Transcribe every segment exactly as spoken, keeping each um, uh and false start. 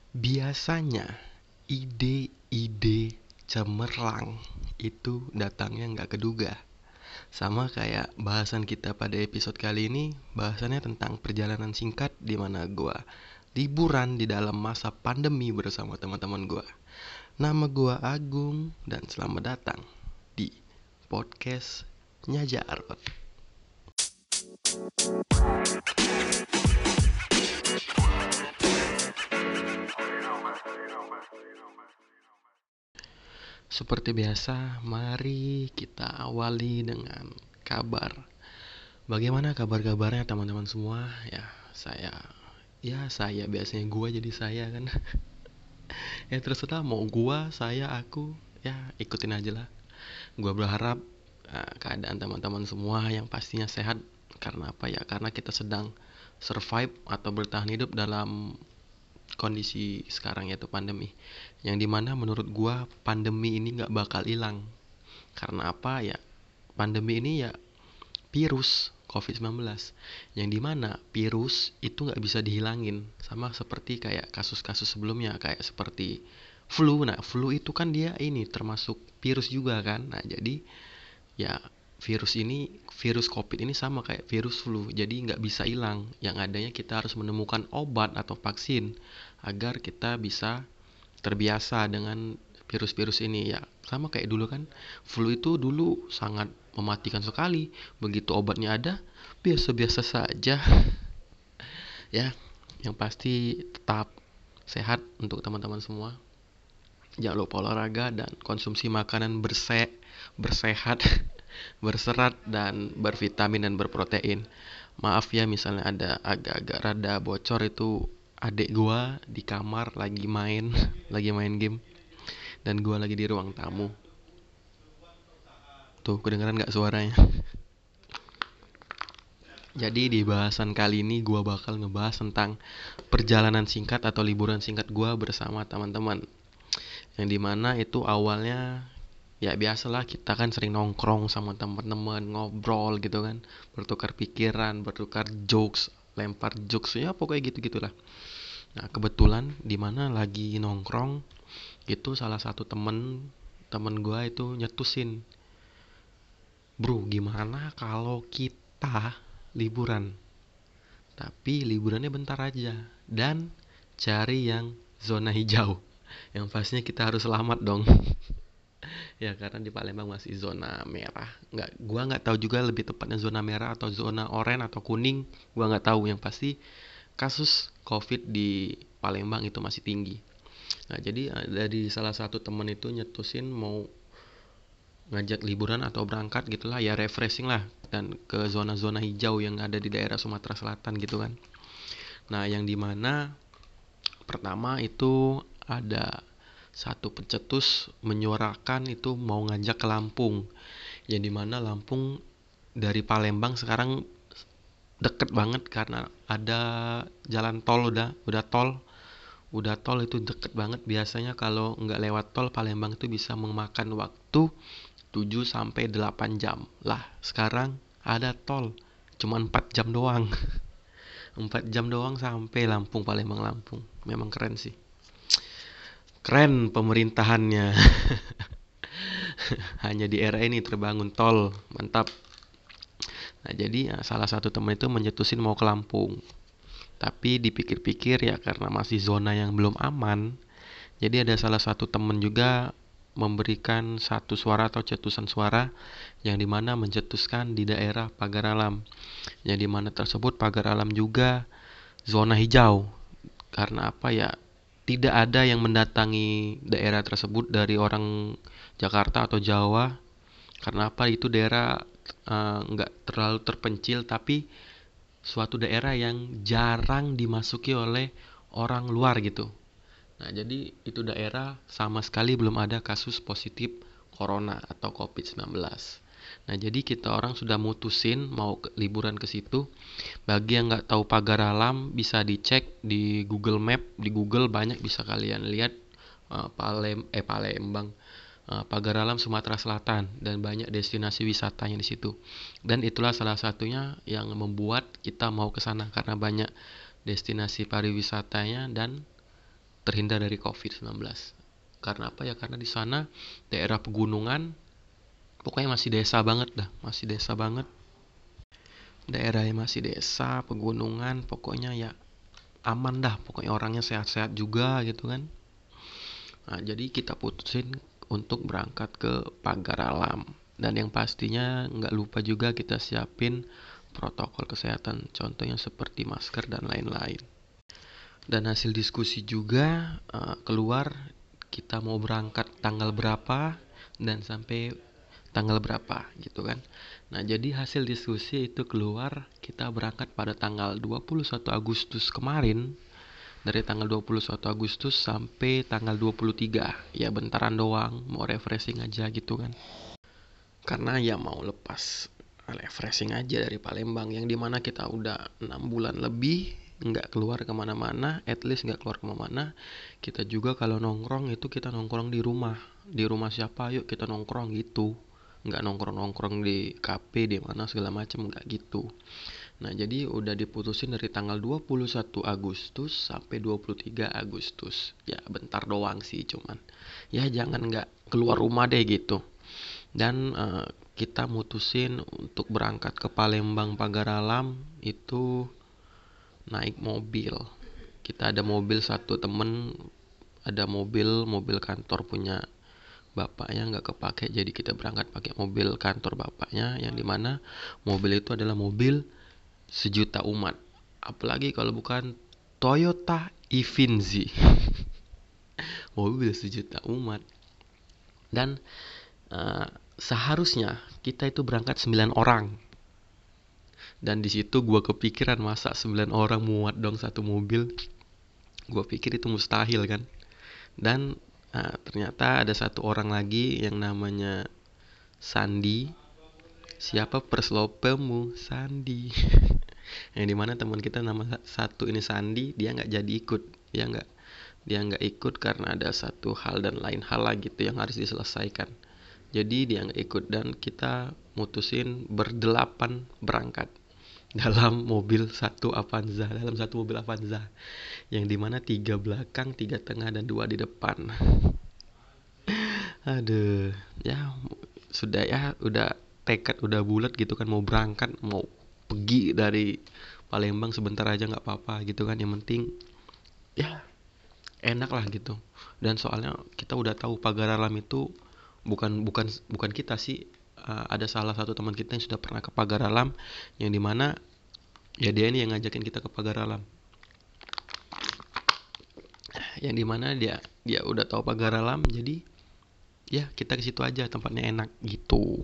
Biasanya ide-ide cemerlang itu datangnya nggak keduga. Sama kayak bahasan kita pada episode kali ini, bahasannya tentang perjalanan singkat di mana gua liburan di dalam masa pandemi bersama teman-teman gua. Nama gua Agung dan selamat datang di podcast Nyajar. Seperti biasa, mari kita awali dengan kabar. Bagaimana kabar-kabarnya teman-teman semua? Ya, saya ya saya biasanya gua jadi saya kan. Ya terserah mau gua, saya, aku, ya ikutin aja lah. Gua berharap uh, keadaan teman-teman semua yang pastinya sehat. Karena apa ya? Karena kita sedang survive atau bertahan hidup dalam kondisi sekarang yaitu pandemi. Yang dimana menurut gua pandemi ini nggak bakal hilang. Karena apa ya? Pandemi ini ya virus covid sembilan belas yang dimana virus itu nggak bisa dihilangin, sama seperti kayak kasus-kasus sebelumnya kayak seperti flu. Nah flu itu kan dia ini termasuk virus juga kan. Nah jadi ya virus ini virus covid ini sama kayak virus flu, jadi nggak bisa hilang. Yang adanya kita harus menemukan obat atau vaksin agar kita bisa terbiasa dengan virus-virus ini. Ya sama kayak dulu kan, flu itu dulu sangat mematikan sekali. Begitu obatnya ada, biasa-biasa saja. Ya, yang pasti tetap sehat untuk teman-teman semua. Jangan lupa olahraga dan konsumsi makanan berse bersehat, berserat dan bervitamin dan berprotein. Maaf ya misalnya ada agak-agak rada bocor, itu adik gua di kamar lagi main lagi main game dan gua lagi di ruang tamu. Tuh, kedengeran nggak suaranya? Jadi di bahasan kali ini gua bakal ngebahas tentang perjalanan singkat atau liburan singkat gua bersama teman-teman. Yang dimana itu awalnya ya biasalah, kita kan sering nongkrong sama teman-teman, ngobrol gitu kan, bertukar pikiran, bertukar jokes, lempar jokes, ya pokoknya gitu-gitulah. Nah kebetulan dimana lagi nongkrong itu salah satu temen temen gua itu nyetusin, bro gimana kalau kita liburan, tapi liburannya bentar aja dan cari yang zona hijau. Yang pastinya kita harus selamat dong. Ya karena di Palembang masih zona merah. Nggak, gua nggak tahu juga lebih tepatnya zona merah atau zona oranye atau kuning. Gua nggak tahu. Yang pasti kasus COVID di Palembang itu masih tinggi. Nah jadi dari salah satu temen itu nyetusin mau ngajak liburan atau berangkat gitulah, ya refreshing lah, dan ke zona-zona hijau yang ada di daerah Sumatera Selatan gitu kan. Nah yang dimana pertama itu ada satu pencetus menyuarakan itu mau ngajak ke Lampung, yang dimana Lampung dari Palembang sekarang deket banget karena ada jalan tol, udah udah tol udah tol itu deket banget. Biasanya kalau nggak lewat tol Palembang itu bisa memakan waktu tujuh sampai delapan jam lah. Sekarang ada tol cuma empat jam doang. Empat jam doang sampai Lampung, Palembang Lampung. Memang keren sih, keren pemerintahannya. Hanya di era ini terbangun tol, mantap. Nah jadi ya, salah satu teman itu menyetusin mau ke Lampung, tapi dipikir-pikir ya karena masih zona yang belum aman, jadi ada salah satu teman juga memberikan satu suara atau cetusan suara yang dimana mencetuskan di daerah Pagar Alam, yang dimana tersebut Pagar Alam juga zona hijau. Karena apa ya, tidak ada yang mendatangi daerah tersebut dari orang Jakarta atau Jawa. Karena apa, itu daerah eh, nggak uh, terlalu terpencil, tapi suatu daerah yang jarang dimasuki oleh orang luar gitu. Nah jadi itu daerah sama sekali belum ada kasus positif corona atau covid sembilan belas. Nah jadi kita orang sudah mutusin mau ke, liburan ke situ. Bagi yang nggak tahu Pagar Alam bisa dicek di Google Map, di Google banyak bisa kalian lihat uh, Palem eh Palembang, uh, Pagar Alam Sumatera Selatan, dan banyak destinasi wisatanya di situ. Dan itulah salah satunya yang membuat kita mau ke sana karena banyak destinasi pariwisatanya dan terhindar dari covid sembilan belas. Karena apa ya? Karena di sana daerah pegunungan, pokoknya masih desa banget dah, masih desa banget. Daerahnya masih desa, pegunungan, pokoknya ya aman dah, pokoknya orangnya sehat-sehat juga gitu kan. Nah, jadi kita putusin untuk berangkat ke Pagar Alam. Dan yang pastinya nggak lupa juga kita siapin protokol kesehatan, contohnya seperti masker dan lain-lain. Dan hasil diskusi juga uh, keluar kita mau berangkat tanggal berapa dan sampai tanggal berapa gitu kan. Nah, jadi hasil diskusi itu keluar kita berangkat pada tanggal dua puluh satu Agustus kemarin. Dari tanggal dua puluh satu Agustus sampai tanggal dua puluh tiga. Ya bentaran doang, mau refreshing aja gitu kan. Karena ya mau lepas refreshing aja dari Palembang, yang dimana kita udah enam bulan lebih nggak keluar kemana-mana, at least nggak keluar kemana-mana. Kita juga kalau nongkrong itu kita nongkrong di rumah, di rumah siapa yuk kita nongkrong gitu, nggak nongkrong-nongkrong di kafe di mana segala macam, nggak gitu. Nah, jadi udah diputusin dari tanggal dua puluh satu Agustus sampai dua puluh tiga Agustus. Ya bentar doang sih, cuman ya jangan nggak keluar rumah deh gitu. Dan uh, kita mutusin untuk berangkat ke Palembang Pagar Alam itu naik mobil. Kita ada mobil satu temen, ada mobil mobil kantor punya bapaknya nggak kepake, jadi kita berangkat pakai mobil kantor bapaknya, yang dimana mobil itu adalah mobil sejuta umat. Apalagi kalau bukan Toyota Avenza. Mobil sejuta umat. Dan uh, seharusnya kita itu berangkat sembilan orang. Dan di situ gue kepikiran, masa sembilan orang muat dong satu mobil. Gue pikir itu mustahil kan. Dan uh, ternyata ada satu orang lagi yang namanya Sandi. Siapa perselopemu? Sandi. Yang dimana teman kita nama satu ini Sandi, dia nggak jadi ikut. Dia nggak dia nggak ikut karena ada satu hal dan lain hal lah gitu yang harus diselesaikan. Jadi dia nggak ikut dan kita mutusin berdelapan berangkat dalam mobil satu Avanza, dalam satu mobil Avanza, yang dimana tiga belakang, tiga tengah, dan dua di depan. Aduh, ya sudah ya, udah tekad udah bulat gitu kan, mau berangkat, mau pergi dari Palembang sebentar aja nggak apa-apa gitu kan, yang penting ya enak lah gitu. Dan soalnya kita udah tahu Pagar Alam itu bukan bukan bukan kita sih, uh, ada salah satu teman kita yang sudah pernah ke Pagar Alam, yang dimana ya dia ini yang ngajakin kita ke Pagar Alam, yang dimana dia dia udah tahu Pagar Alam, jadi ya kita ke situ aja, tempatnya enak gitu.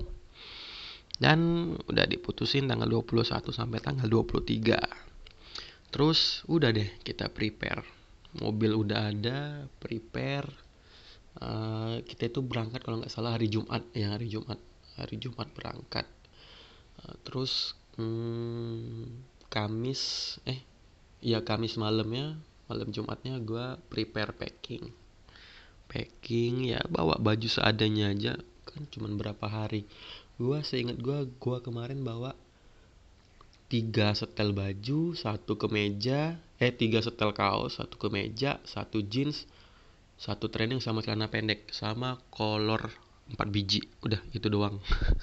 Dan udah diputusin tanggal dua puluh satu sampai tanggal dua puluh tiga. Terus udah deh kita prepare. Mobil udah ada, prepare. Uh, kita itu berangkat kalau nggak salah hari Jumat ya, hari Jumat. Hari Jumat berangkat. Uh, terus hmm, Kamis eh ya Kamis malamnya, malam Jumatnya gue prepare packing. Packing ya bawa baju seadanya aja kan, cuman berapa hari. Gue seingat gue, gue kemarin bawa tiga setel baju, satu kemeja, eh tiga setel kaos, satu kemeja, satu jeans, satu training sama celana pendek, sama kolor empat biji. Udah itu doang.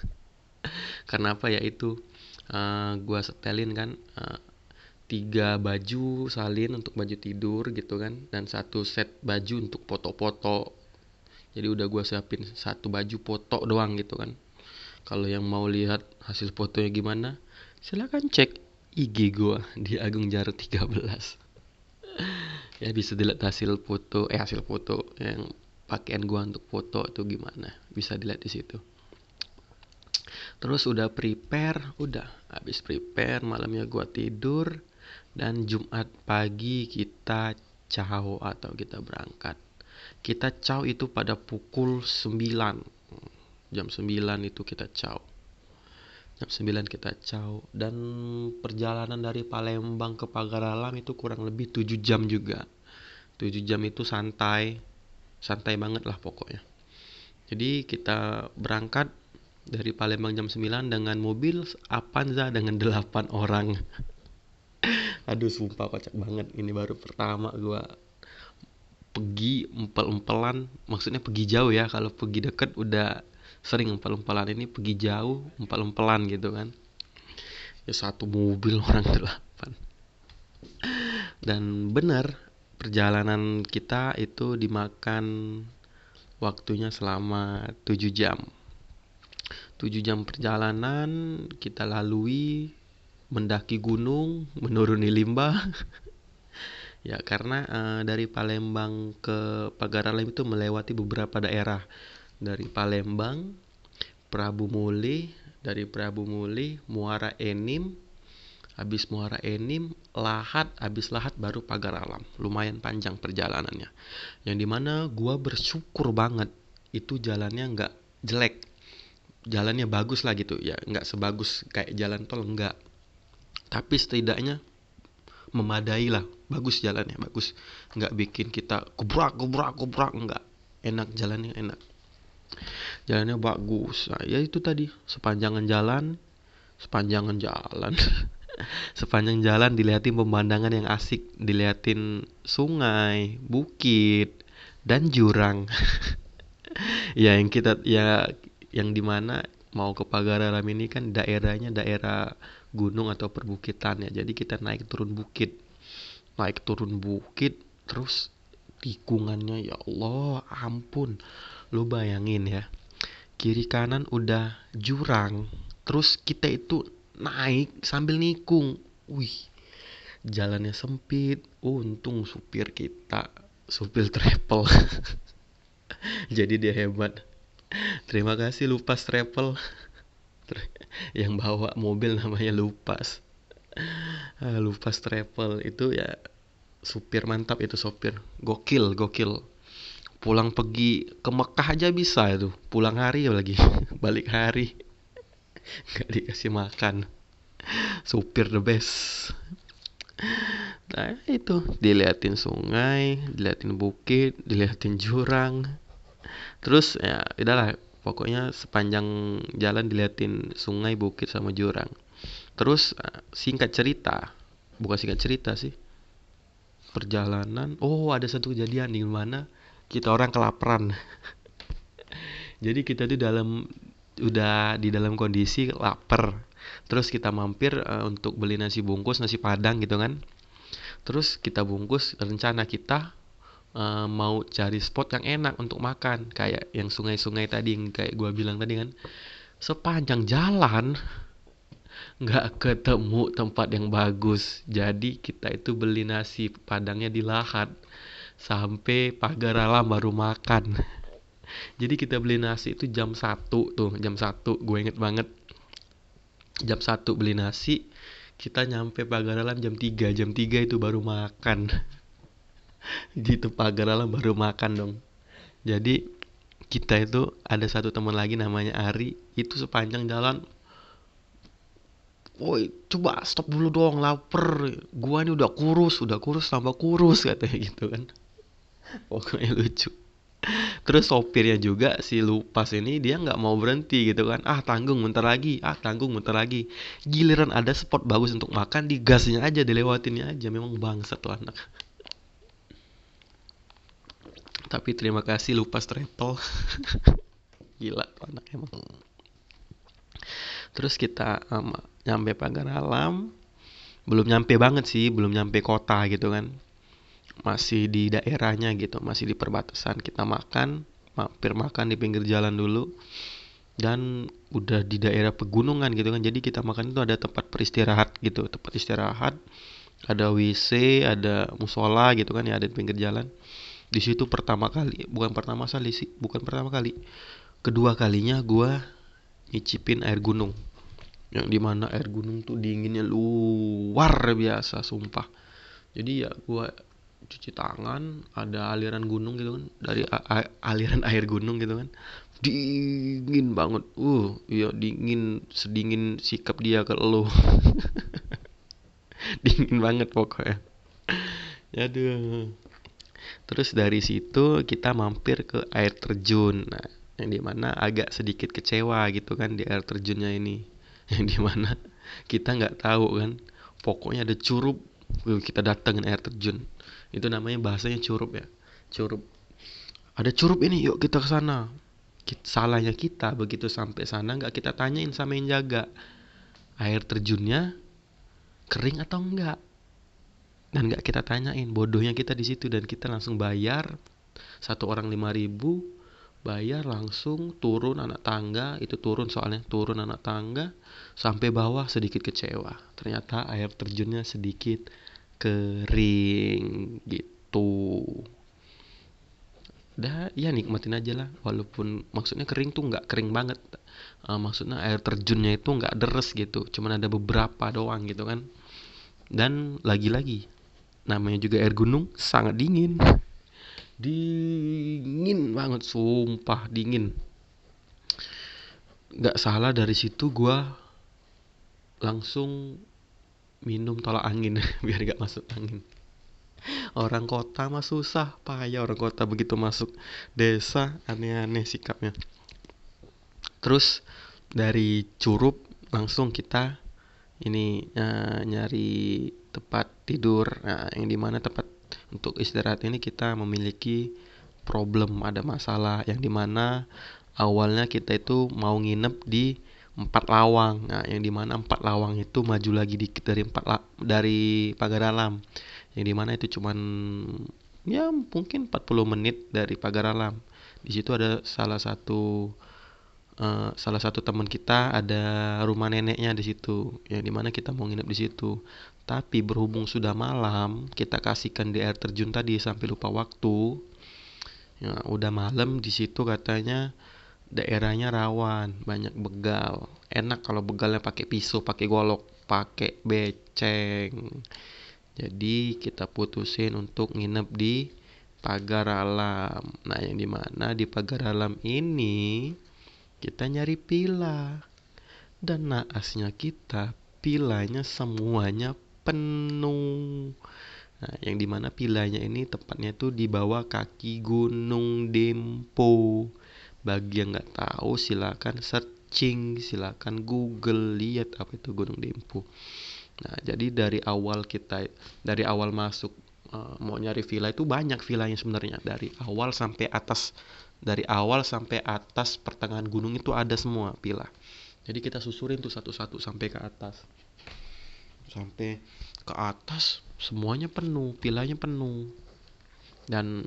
Karena apa ya itu, uh, gue setelin kan uh, tiga baju salin untuk baju tidur gitu kan, dan satu set baju untuk foto-foto. Jadi udah gue siapin satu baju foto doang gitu kan. Kalau yang mau lihat hasil fotonya gimana, silakan cek I G gue di Agung Jarot tiga belas. Ya bisa dilihat hasil foto, eh hasil foto yang pakaian gue untuk foto itu gimana, bisa dilihat di situ. Terus udah prepare, udah habis prepare malamnya gue tidur, dan Jumat pagi kita caw atau kita berangkat. Kita caw itu pada pukul sembilan. Jam sembilan itu kita caw. Jam sembilan kita caw. Dan perjalanan dari Palembang ke Pagar Alam itu kurang lebih tujuh jam juga. tujuh jam itu santai. Santai banget lah pokoknya. Jadi kita berangkat dari Palembang jam sembilan dengan mobil Avanza dengan delapan orang. Aduh sumpah kocak banget. Ini baru pertama gue pergi empel-empelan, maksudnya pergi jauh ya. Kalau pergi dekat udah sering empel-empelan, ini pergi jauh empel-empelan gitu kan. Ya satu mobil orang delapan. Dan benar, perjalanan kita itu dimakan waktunya selama tujuh jam. tujuh jam perjalanan kita lalui, mendaki gunung, menuruni limbah. Ya karena uh, dari Palembang ke Pagaralam itu melewati beberapa daerah. Dari Palembang, Prabu Muli, dari Prabu Muli, Muara Enim, habis Muara Enim, Lahat, habis Lahat baru Pagaralam. Lumayan panjang perjalanannya. Yang dimana gua bersyukur banget itu jalannya nggak jelek, jalannya bagus lah gitu ya, nggak sebagus kayak jalan tol nggak, tapi setidaknya memadai lah, bagus jalannya, bagus, nggak bikin kita gebrak gebrak gebrak, nggak, enak jalannya, enak jalannya bagus. Nah, ya itu tadi, sepanjangan jalan sepanjangan jalan sepanjang jalan dilihatin pemandangan yang asik, dilihatin sungai, bukit, dan jurang. Ya yang kita ya yang dimana mau ke Pagaralam ini kan daerahnya daerah gunung atau perbukitan ya, jadi kita naik turun bukit, naik turun bukit, terus tikungannya ya Allah ampun, lu bayangin ya, kiri kanan udah jurang, terus kita itu naik sambil nikung, wih, jalannya sempit, untung supir kita supir travel. Jadi dia hebat. Terima kasih Lupas Travel yang bawa mobil namanya Lupas. Ah, Lupas Travel itu ya supir mantap, itu sopir gokil gokil. Pulang pergi ke Mekah aja bisa itu, pulang hari lagi balik hari nggak dikasih makan. Supir the best. Nah itu, diliatin sungai, diliatin bukit, diliatin jurang. Terus ya udahlah, pokoknya sepanjang jalan diliatin sungai, bukit, sama jurang. Terus singkat cerita, bukan singkat cerita sih, perjalanan, oh ada satu kejadian di mana kita orang kelaparan. Jadi kita tuh dalam udah di dalam kondisi lapar. Terus kita mampir uh, untuk beli nasi bungkus, nasi padang gitu kan. Terus kita bungkus, rencana kita uh, mau cari spot yang enak untuk makan, kayak yang sungai-sungai tadi, yang kayak gua bilang tadi kan. Sepanjang jalan nggak ketemu tempat yang bagus, jadi kita itu beli nasi padangnya di Lahat, sampai Pagaralam baru makan. Jadi kita beli nasi itu jam satu tuh, jam satu gue inget banget, jam satu beli nasi, kita nyampe Pagaralam jam tiga, jam tiga itu baru makan. Gitu, Pagaralam baru makan dong. Jadi kita itu ada satu teman lagi namanya Ari, itu sepanjang jalan, woi coba stop dulu dong, lapar, gua ini udah kurus, udah kurus tambah kurus, katanya gitu kan. Pokoknya lucu. Terus sopirnya juga si Lupas ini, dia nggak mau berhenti gitu kan, ah tanggung bentar lagi, ah tanggung bentar lagi. Giliran ada spot bagus untuk makan, digasnya aja, dilewatinnya aja. Memang bangsat tuh anak. Tapi terima kasih Lupas Travel. Gila tuh anak emang. Terus kita um, nyampe Pagaralam, belum nyampe banget sih, belum nyampe kota gitu kan, masih di daerahnya gitu, masih di perbatasan. Kita makan, mampir makan di pinggir jalan dulu, dan udah di daerah pegunungan gitu kan. Jadi kita makan itu ada tempat beristirahat gitu, tempat istirahat, ada W C, ada musola gitu kan ya, ada di pinggir jalan. Di situ pertama kali, bukan pertama kali sih, bukan pertama kali, kedua kalinya gua nyicipin air gunung, yang dimana air gunung tuh dinginnya luar biasa sumpah. Jadi ya gua cuci tangan, ada aliran gunung gitu kan, dari a- a- aliran air gunung gitu kan, dingin banget, uh iya dingin, sedingin sikap dia ke lo. Dingin banget pokoknya. Aduh. Terus dari situ kita mampir ke air terjun, nah yang dimana agak sedikit kecewa gitu kan di air terjunnya ini. Yang dimana kita nggak tahu kan, pokoknya ada curup. Wih, kita datengin air terjun, itu namanya bahasanya curup ya. Curup, ada curup ini, yuk kita ke sana. Salahnya kita begitu sampai sana nggak kita tanyain sama yang jaga air terjunnya kering atau enggak, dan nggak kita tanyain. Bodohnya kita di situ, dan kita langsung bayar satu orang lima ribu, bayar langsung turun anak tangga. Itu turun, soalnya turun anak tangga sampai bawah, sedikit kecewa, ternyata air terjunnya sedikit kering gitu. Dah, ya nikmatin aja lah, walaupun maksudnya kering tuh nggak kering banget. Uh, maksudnya air terjunnya itu nggak deres gitu, cuman ada beberapa doang gitu kan. Dan lagi-lagi namanya juga air gunung, sangat dingin. Dingin banget, sumpah dingin. Nggak salah, dari situ gua langsung minum tolak angin biar gak masuk angin. Orang kota mah susah payah, orang kota begitu masuk desa aneh-aneh sikapnya. Terus dari Curup langsung kita ini uh, nyari tempat tidur. Nah, yang dimana tempat untuk istirahat ini kita memiliki problem, ada masalah, yang dimana awalnya kita itu mau nginep di empat lawang. Nah, yang dimana empat lawang itu maju lagi dikit dari empat la- dari Pagar Alam, yang dimana itu cuman ya mungkin empat puluh menit dari Pagar Alam. Di situ ada salah satu uh, salah satu teman kita, ada rumah neneknya di situ, yang dimana kita mau nginep di situ. Tapi berhubung sudah malam, kita kasihkan di air terjun tadi sampai lupa waktu. Ya, udah malam di situ katanya daerahnya rawan, banyak begal. Enak kalau begalnya pakai pisau, pakai golok, pakai beceng. Jadi kita putusin untuk nginep di Pagar Alam. Nah, yang dimana di Pagar Alam ini kita nyari villa, dan naasnya kita villanya semuanya penuh. Nah, yang dimana villanya ini tepatnya tuh di bawah kaki Gunung Dempo. Bagi yang nggak tahu, silakan searching, silakan Google, lihat apa itu Gunung Dempo. Nah, jadi dari awal kita, dari awal masuk uh, mau nyari villa itu banyak villanya sebenarnya, dari awal sampai atas, dari awal sampai atas pertengahan gunung itu ada semua villa. Jadi kita susurin tuh satu-satu sampai ke atas, sampai ke atas semuanya penuh, villanya penuh, dan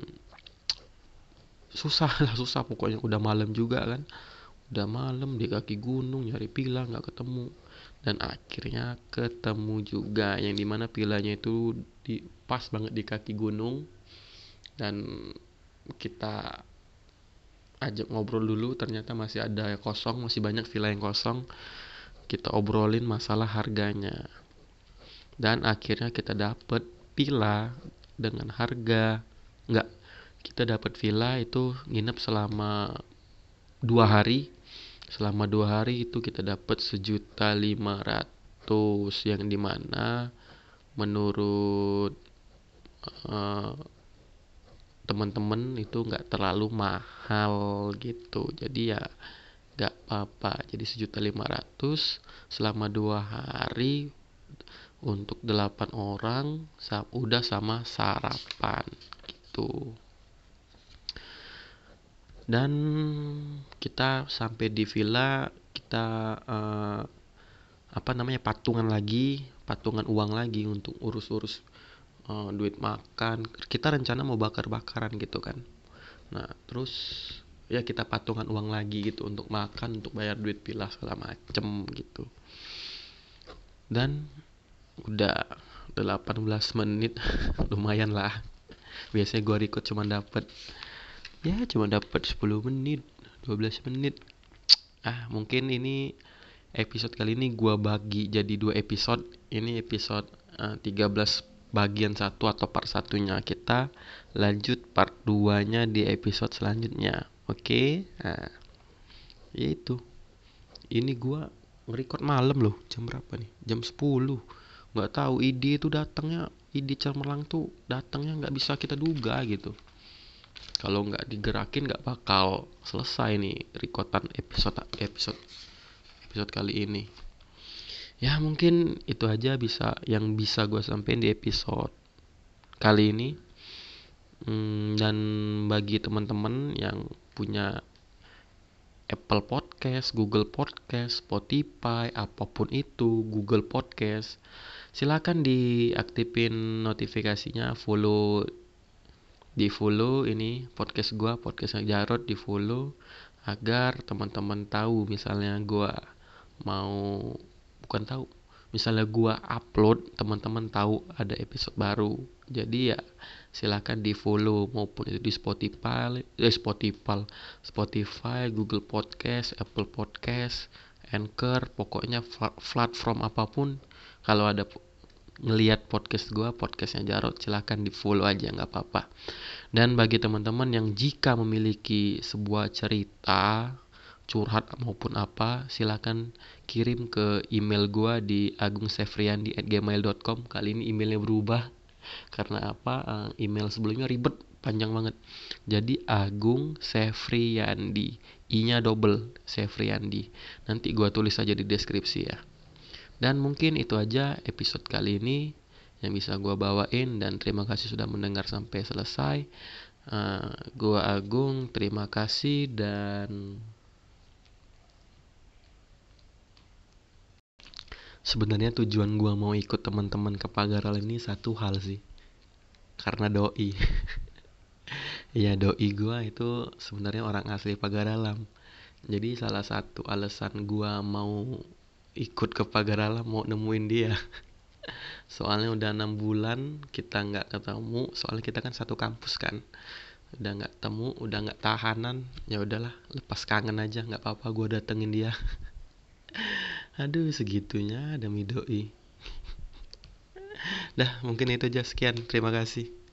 susah lah, susah pokoknya. Udah malam juga kan, udah malam di kaki gunung nyari villa nggak ketemu, dan akhirnya ketemu juga, yang dimana villanya itu di pas banget di kaki gunung. Dan kita ajak ngobrol dulu, ternyata masih ada yang kosong, masih banyak villa yang kosong. Kita obrolin masalah harganya, dan akhirnya kita dapet villa dengan harga nggak, kita dapat villa itu nginep selama dua hari. Selama dua hari itu kita dapat sejuta lima ratus, yang dimana menurut uh, teman-teman itu nggak terlalu mahal gitu. Jadi ya nggak apa-apa. Jadi sejuta lima ratus selama dua hari untuk delapan orang, udah sama sarapan gitu. Dan kita sampai di villa, kita uh, apa namanya patungan lagi, patungan uang lagi untuk urus-urus uh, duit makan. Kita rencana mau bakar-bakaran gitu kan. Nah, terus ya kita patungan uang lagi gitu untuk makan, untuk bayar duit villa segala macem gitu. Dan udah delapan belas menit lumayan lah. Biasanya gue record cuma dapet ya cuma dapat sepuluh menit, dua belas menit. Ah, mungkin ini episode kali ini gua bagi jadi dua episode. Ini episode uh, tiga belas bagian satu atau part satunya. Kita lanjut part dua nya di episode selanjutnya. Oke. Okay? Nah, ya itu. Ini gua nge-record malam loh. Jam berapa nih? Jam sepuluh. Nggak tahu ide itu datangnya, ide cemerlang tuh datangnya nggak bisa kita duga gitu. Kalau nggak digerakin nggak bakal selesai nih rekotan episode episode episode kali ini. Ya mungkin itu aja bisa yang bisa gue sampaikan di episode kali ini. Hmm, dan bagi teman-teman yang punya Apple Podcast, Google Podcast, Spotify, apapun itu, Google Podcast, silakan diaktifin notifikasinya, follow di follow ini podcast gua, podcastnya Jarod, di follow agar teman-teman tahu misalnya gua mau, bukan tahu, misalnya gua upload, teman-teman tahu ada episode baru. Jadi ya silakan di follow, maupun itu di Spotify, eh, Spotify, Spotify, Google Podcast, Apple Podcast, Anchor, pokoknya platform apapun. Kalau ada ngelihat podcast gua, podcastnya Jarod, silakan di follow aja, nggak apa-apa. Dan bagi teman-teman yang jika memiliki sebuah cerita curhat maupun apa, silakan kirim ke email gua di agung sefriandi at gmail dot com. Kali ini emailnya berubah karena apa? Eh, email sebelumnya ribet, panjang banget. Jadi Agung Sefriandi, i-nya double, Sefriandi. Nanti gua tulis aja di deskripsi ya. Dan mungkin itu aja episode kali ini yang bisa gua bawain, dan terima kasih sudah mendengar sampai selesai. Uh, gua Agung, terima kasih. Dan sebenarnya tujuan gua mau ikut teman-teman ke Pagaral ini satu hal sih, karena doi. Ya, doi gua itu sebenarnya orang asli Pagaralam. Jadi salah satu alasan gua mau ikut ke Pagaralam, mau nemuin dia. Soalnya udah enam bulan kita nggak ketemu, soalnya kita kan satu kampus kan. Udah nggak ketemu, udah nggak tahanan, ya udahlah, lepas kangen aja, nggak apa-apa gua datengin dia. Aduh, segitunya demi doi. Dah, mungkin itu aja, sekian, terima kasih.